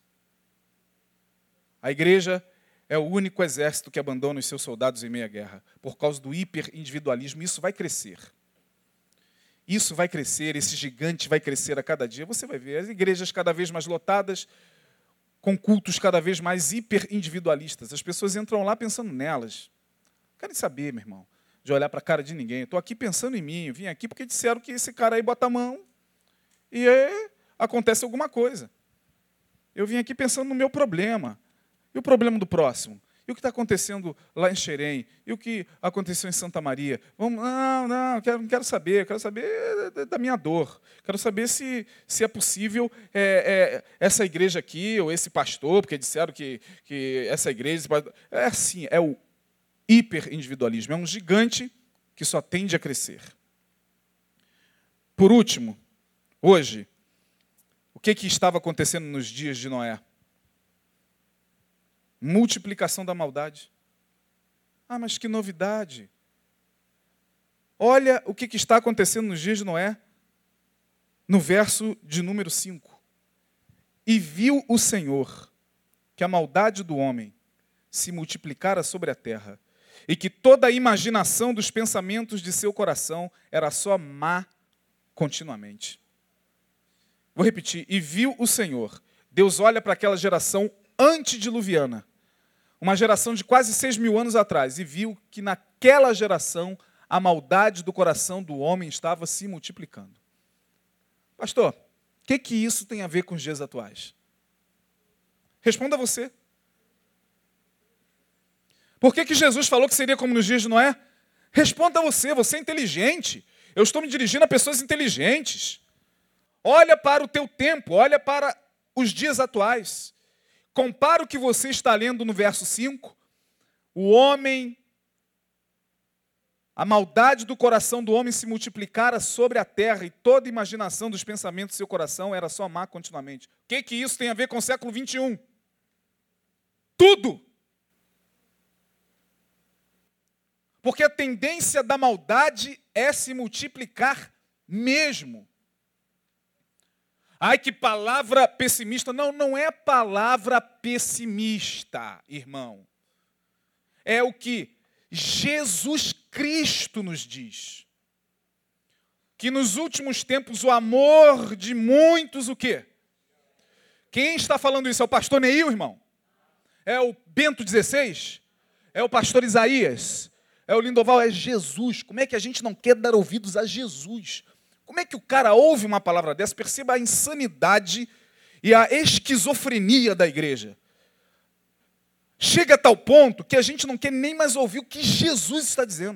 [SPEAKER 1] A igreja é o único exército que abandona os seus soldados em meio à guerra, por causa do hiperindividualismo. Isso vai crescer. Isso vai crescer, esse gigante vai crescer a cada dia. Você vai ver as igrejas cada vez mais lotadas, com cultos cada vez mais hiperindividualistas. As pessoas entram lá pensando nelas. Não querem saber, meu irmão, de olhar para a cara de ninguém. Estou aqui pensando em mim. Eu vim aqui porque disseram que esse cara aí bota a mão e é, acontece alguma coisa. Eu vim aqui pensando no meu problema. E o problema do próximo? E o que está acontecendo lá em Xerém? E o que aconteceu em Santa Maria? Vamos, não, não, quero, não quero saber. Quero saber da minha dor. Quero saber se, se é possível é, é, essa igreja aqui, ou esse pastor, porque disseram que, que essa igreja... É assim, é o hiperindividualismo. É um gigante que só tende a crescer. Por último, hoje, o que, que estava acontecendo nos dias de Noé? Multiplicação da maldade. Ah, mas que novidade. Olha o que, que está acontecendo nos dias de Noé, no verso de número cinco. E viu o Senhor que a maldade do homem se multiplicara sobre a terra, e que toda a imaginação dos pensamentos de seu coração era só má continuamente. Vou repetir. E viu o Senhor. Deus olha para aquela geração antediluviana, uma geração de quase seis mil anos atrás, e viu que naquela geração a maldade do coração do homem estava se multiplicando. Pastor, o que, que isso tem a ver com os dias atuais? Responda você. Por que, que Jesus falou que seria como nos dias de Noé? Responda você, você é inteligente. Eu estou me dirigindo a pessoas inteligentes. Olha para o teu tempo, olha para os dias atuais. Compara o que você está lendo no verso cinco. O homem, a maldade do coração do homem se multiplicara sobre a terra e toda a imaginação dos pensamentos do seu coração era só má continuamente. O que, que isso tem a ver com o século vinte e um? Tudo! Porque a tendência da maldade é se multiplicar mesmo. Ai, que palavra pessimista. Não, não é palavra pessimista, irmão. É o que Jesus Cristo nos diz. Que nos últimos tempos o amor de muitos, o quê? Quem está falando isso? É o pastor Neil, irmão? É o Bento dezesseis? É o pastor Isaías? É o Lindoval? É Jesus. Como é que a gente não quer dar ouvidos a Jesus? Como é que o cara ouve uma palavra dessa? Perceba a insanidade e a esquizofrenia da igreja. Chega a tal ponto que a gente não quer nem mais ouvir o que Jesus está dizendo.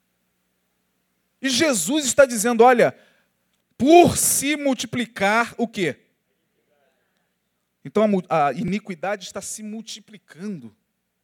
[SPEAKER 1] E Jesus está dizendo, olha, por se multiplicar o quê? Então a, a iniquidade está se multiplicando.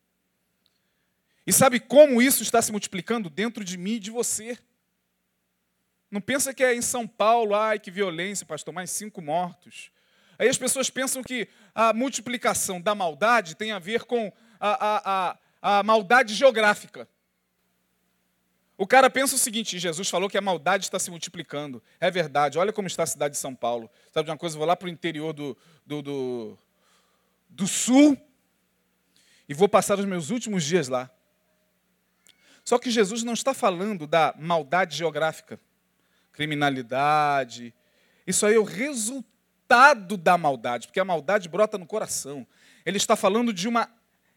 [SPEAKER 1] E sabe como isso está se multiplicando? Dentro de mim e de você. Não pensa que é em São Paulo, ai que violência, pastor, mais cinco mortos. Aí as pessoas pensam que a multiplicação da maldade tem a ver com a, a, a, a maldade geográfica. O cara pensa o seguinte, Jesus falou que a maldade está se multiplicando. É verdade, olha como está a cidade de São Paulo. Sabe de uma coisa, eu vou lá para o interior do, do, do, do sul, e vou passar os meus últimos dias lá. Só que Jesus não está falando da maldade geográfica, criminalidade. Isso aí é o resultado da maldade, porque a maldade brota no coração. Ele está falando de uma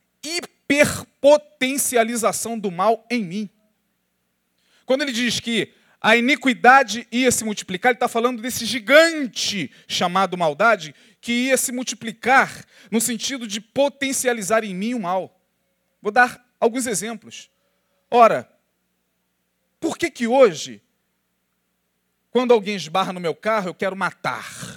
[SPEAKER 1] hiperpotencialização do mal em mim. Quando ele diz que a iniquidade ia se multiplicar, ele está falando desse gigante chamado maldade, que ia se multiplicar no sentido de potencializar em mim o mal. Vou dar alguns exemplos. Ora, por que que hoje, quando alguém esbarra no meu carro, eu quero matar?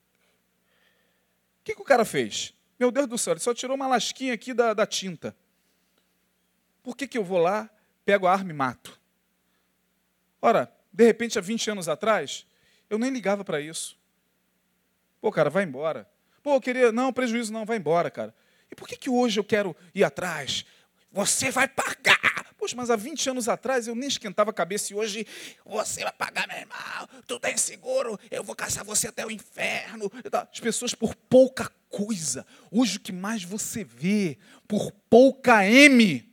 [SPEAKER 1] O que que o cara fez? Meu Deus do céu, ele só tirou uma lasquinha aqui da, da tinta. Por que que eu vou lá, pego a arma e mato? Ora, de repente, há vinte anos atrás, eu nem ligava para isso. Pô, cara, vai embora. Pô, eu queria... Não, prejuízo não, vai embora, cara. E por que que hoje eu quero ir atrás? Você vai pagar. Poxa, mas há vinte anos atrás eu nem esquentava a cabeça e hoje você vai pagar, meu irmão. Tu tem seguro, eu vou caçar você até o inferno. As pessoas por pouca coisa. Hoje o que mais você vê, por pouca M,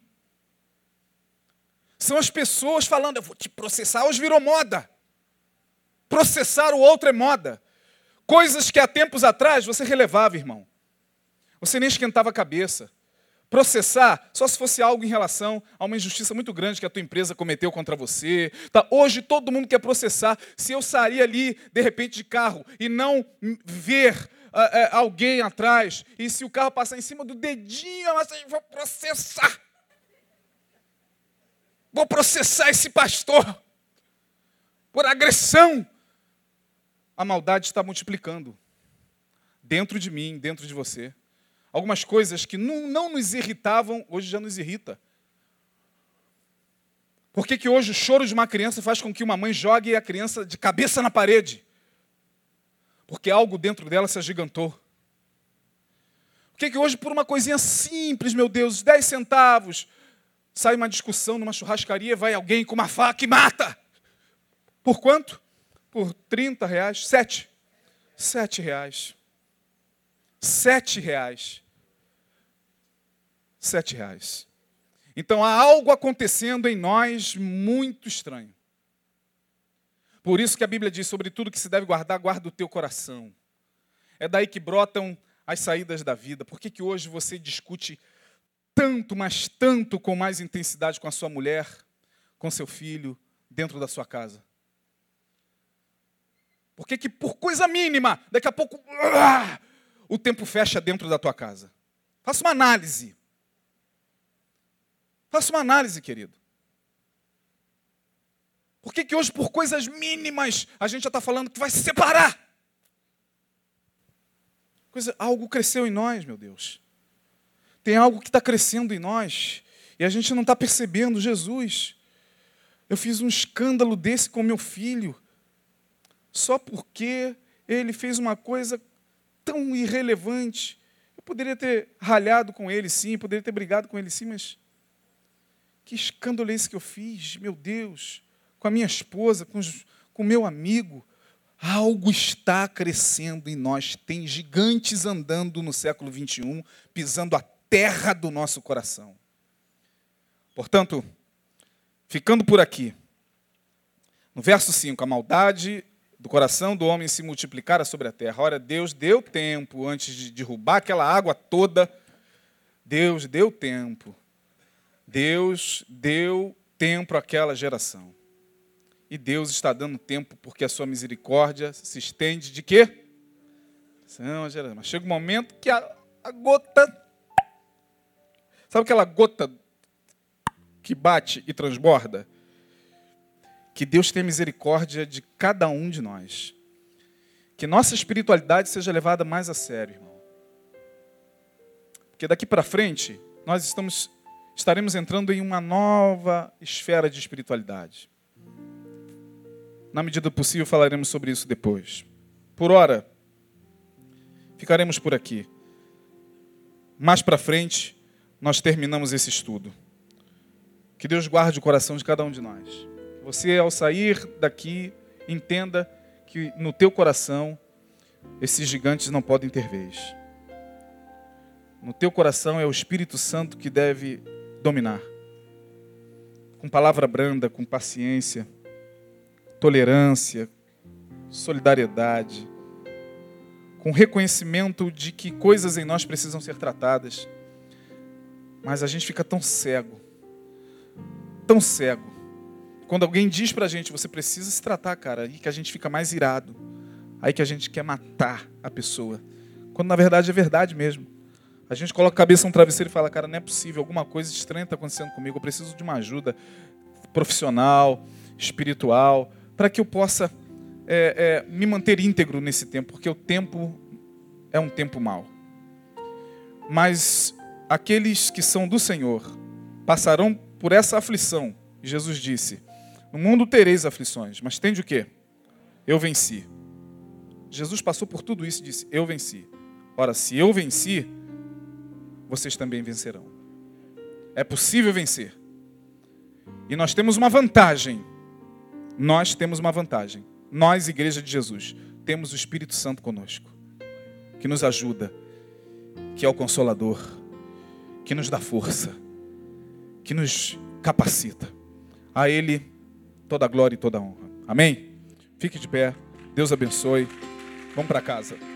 [SPEAKER 1] são as pessoas falando, eu vou te processar. Hoje virou moda. Processar o outro é moda. Coisas que há tempos atrás você relevava, irmão. Você nem esquentava a cabeça. Processar só se fosse algo em relação a uma injustiça muito grande que a tua empresa cometeu contra você. Tá? Hoje todo mundo quer processar. Se eu sair ali, de repente, de carro e não ver uh, uh, alguém atrás, e se o carro passar em cima do dedinho, eu vou processar. Vou processar esse pastor por agressão. A maldade está multiplicando dentro de mim, dentro de você. Algumas coisas que não, não nos irritavam, hoje já nos irrita. Por que que hoje o choro de uma criança faz com que uma mãe jogue a criança de cabeça na parede? Porque algo dentro dela se agigantou. Por que que hoje, por uma coisinha simples, meu Deus, dez centavos, sai uma discussão numa churrascaria, vai alguém com uma faca e mata? Por quanto? Por trinta reais? Sete. Sete reais. Sete reais. Sete reais. Então há algo acontecendo em nós muito estranho. Por isso que a Bíblia diz, sobre tudo que se deve guardar, guarda o teu coração. É daí que brotam as saídas da vida. Por que que hoje você discute tanto, mas tanto com mais intensidade com a sua mulher, com seu filho, dentro da sua casa? Por que que por coisa mínima, daqui a pouco, uh, o tempo fecha dentro da tua casa? Faça uma análise. Faça uma análise, querido. Por que que hoje, por coisas mínimas, a gente já está falando que vai se separar? Coisa, algo cresceu em nós, meu Deus. Tem algo que está crescendo em nós e a gente não está percebendo. Jesus, eu fiz um escândalo desse com meu filho só porque ele fez uma coisa tão irrelevante. Eu poderia ter ralhado com ele, sim, poderia ter brigado com ele, sim, mas que escândalo é esse que eu fiz, meu Deus, com a minha esposa, com o meu amigo? Algo está crescendo em nós. Tem gigantes andando no século vinte e um, pisando a terra do nosso coração. Portanto, ficando por aqui, no verso cinco, a maldade do coração do homem se multiplicara sobre a terra. Ora, Deus deu tempo antes de derrubar aquela água toda. Deus deu tempo. Deus deu tempo àquela geração. E Deus está dando tempo porque a sua misericórdia se estende de quê? Mas chega um momento que a, a gota... Sabe aquela gota que bate e transborda? Que Deus tenha misericórdia de cada um de nós. Que nossa espiritualidade seja levada mais a sério, irmão. Porque daqui para frente, nós estamos, estaremos entrando em uma nova esfera de espiritualidade. Na medida do possível, falaremos sobre isso depois. Por ora, ficaremos por aqui. Mais para frente, nós terminamos esse estudo. Que Deus guarde o coração de cada um de nós. Você, ao sair daqui, entenda que no teu coração, esses gigantes não podem ter vez. No teu coração é o Espírito Santo que deve dominar. Com palavra branda, com paciência, tolerância, solidariedade, com reconhecimento de que coisas em nós precisam ser tratadas. Mas a gente fica tão cego, tão cego. Quando alguém diz pra gente, você precisa se tratar, cara, aí que a gente fica mais irado. Aí que a gente quer matar a pessoa. Quando na verdade é verdade mesmo. A gente coloca a cabeça no travesseiro e fala, cara, não é possível, alguma coisa estranha está acontecendo comigo, eu preciso de uma ajuda profissional, espiritual, para que eu possa é, é, me manter íntegro nesse tempo, porque o tempo é um tempo mau. Mas aqueles que são do Senhor passarão por essa aflição. Jesus disse, no mundo tereis aflições, mas tende o quê? Eu venci. Jesus passou por tudo isso e disse, eu venci. Ora, se eu venci, vocês também vencerão. É possível vencer. E nós temos uma vantagem. Nós temos uma vantagem. Nós, Igreja de Jesus, temos o Espírito Santo conosco, que nos ajuda, que é o Consolador, que nos dá força, que nos capacita. A Ele toda a glória e toda a honra. Amém? Fique de pé. Deus abençoe. Vamos para casa.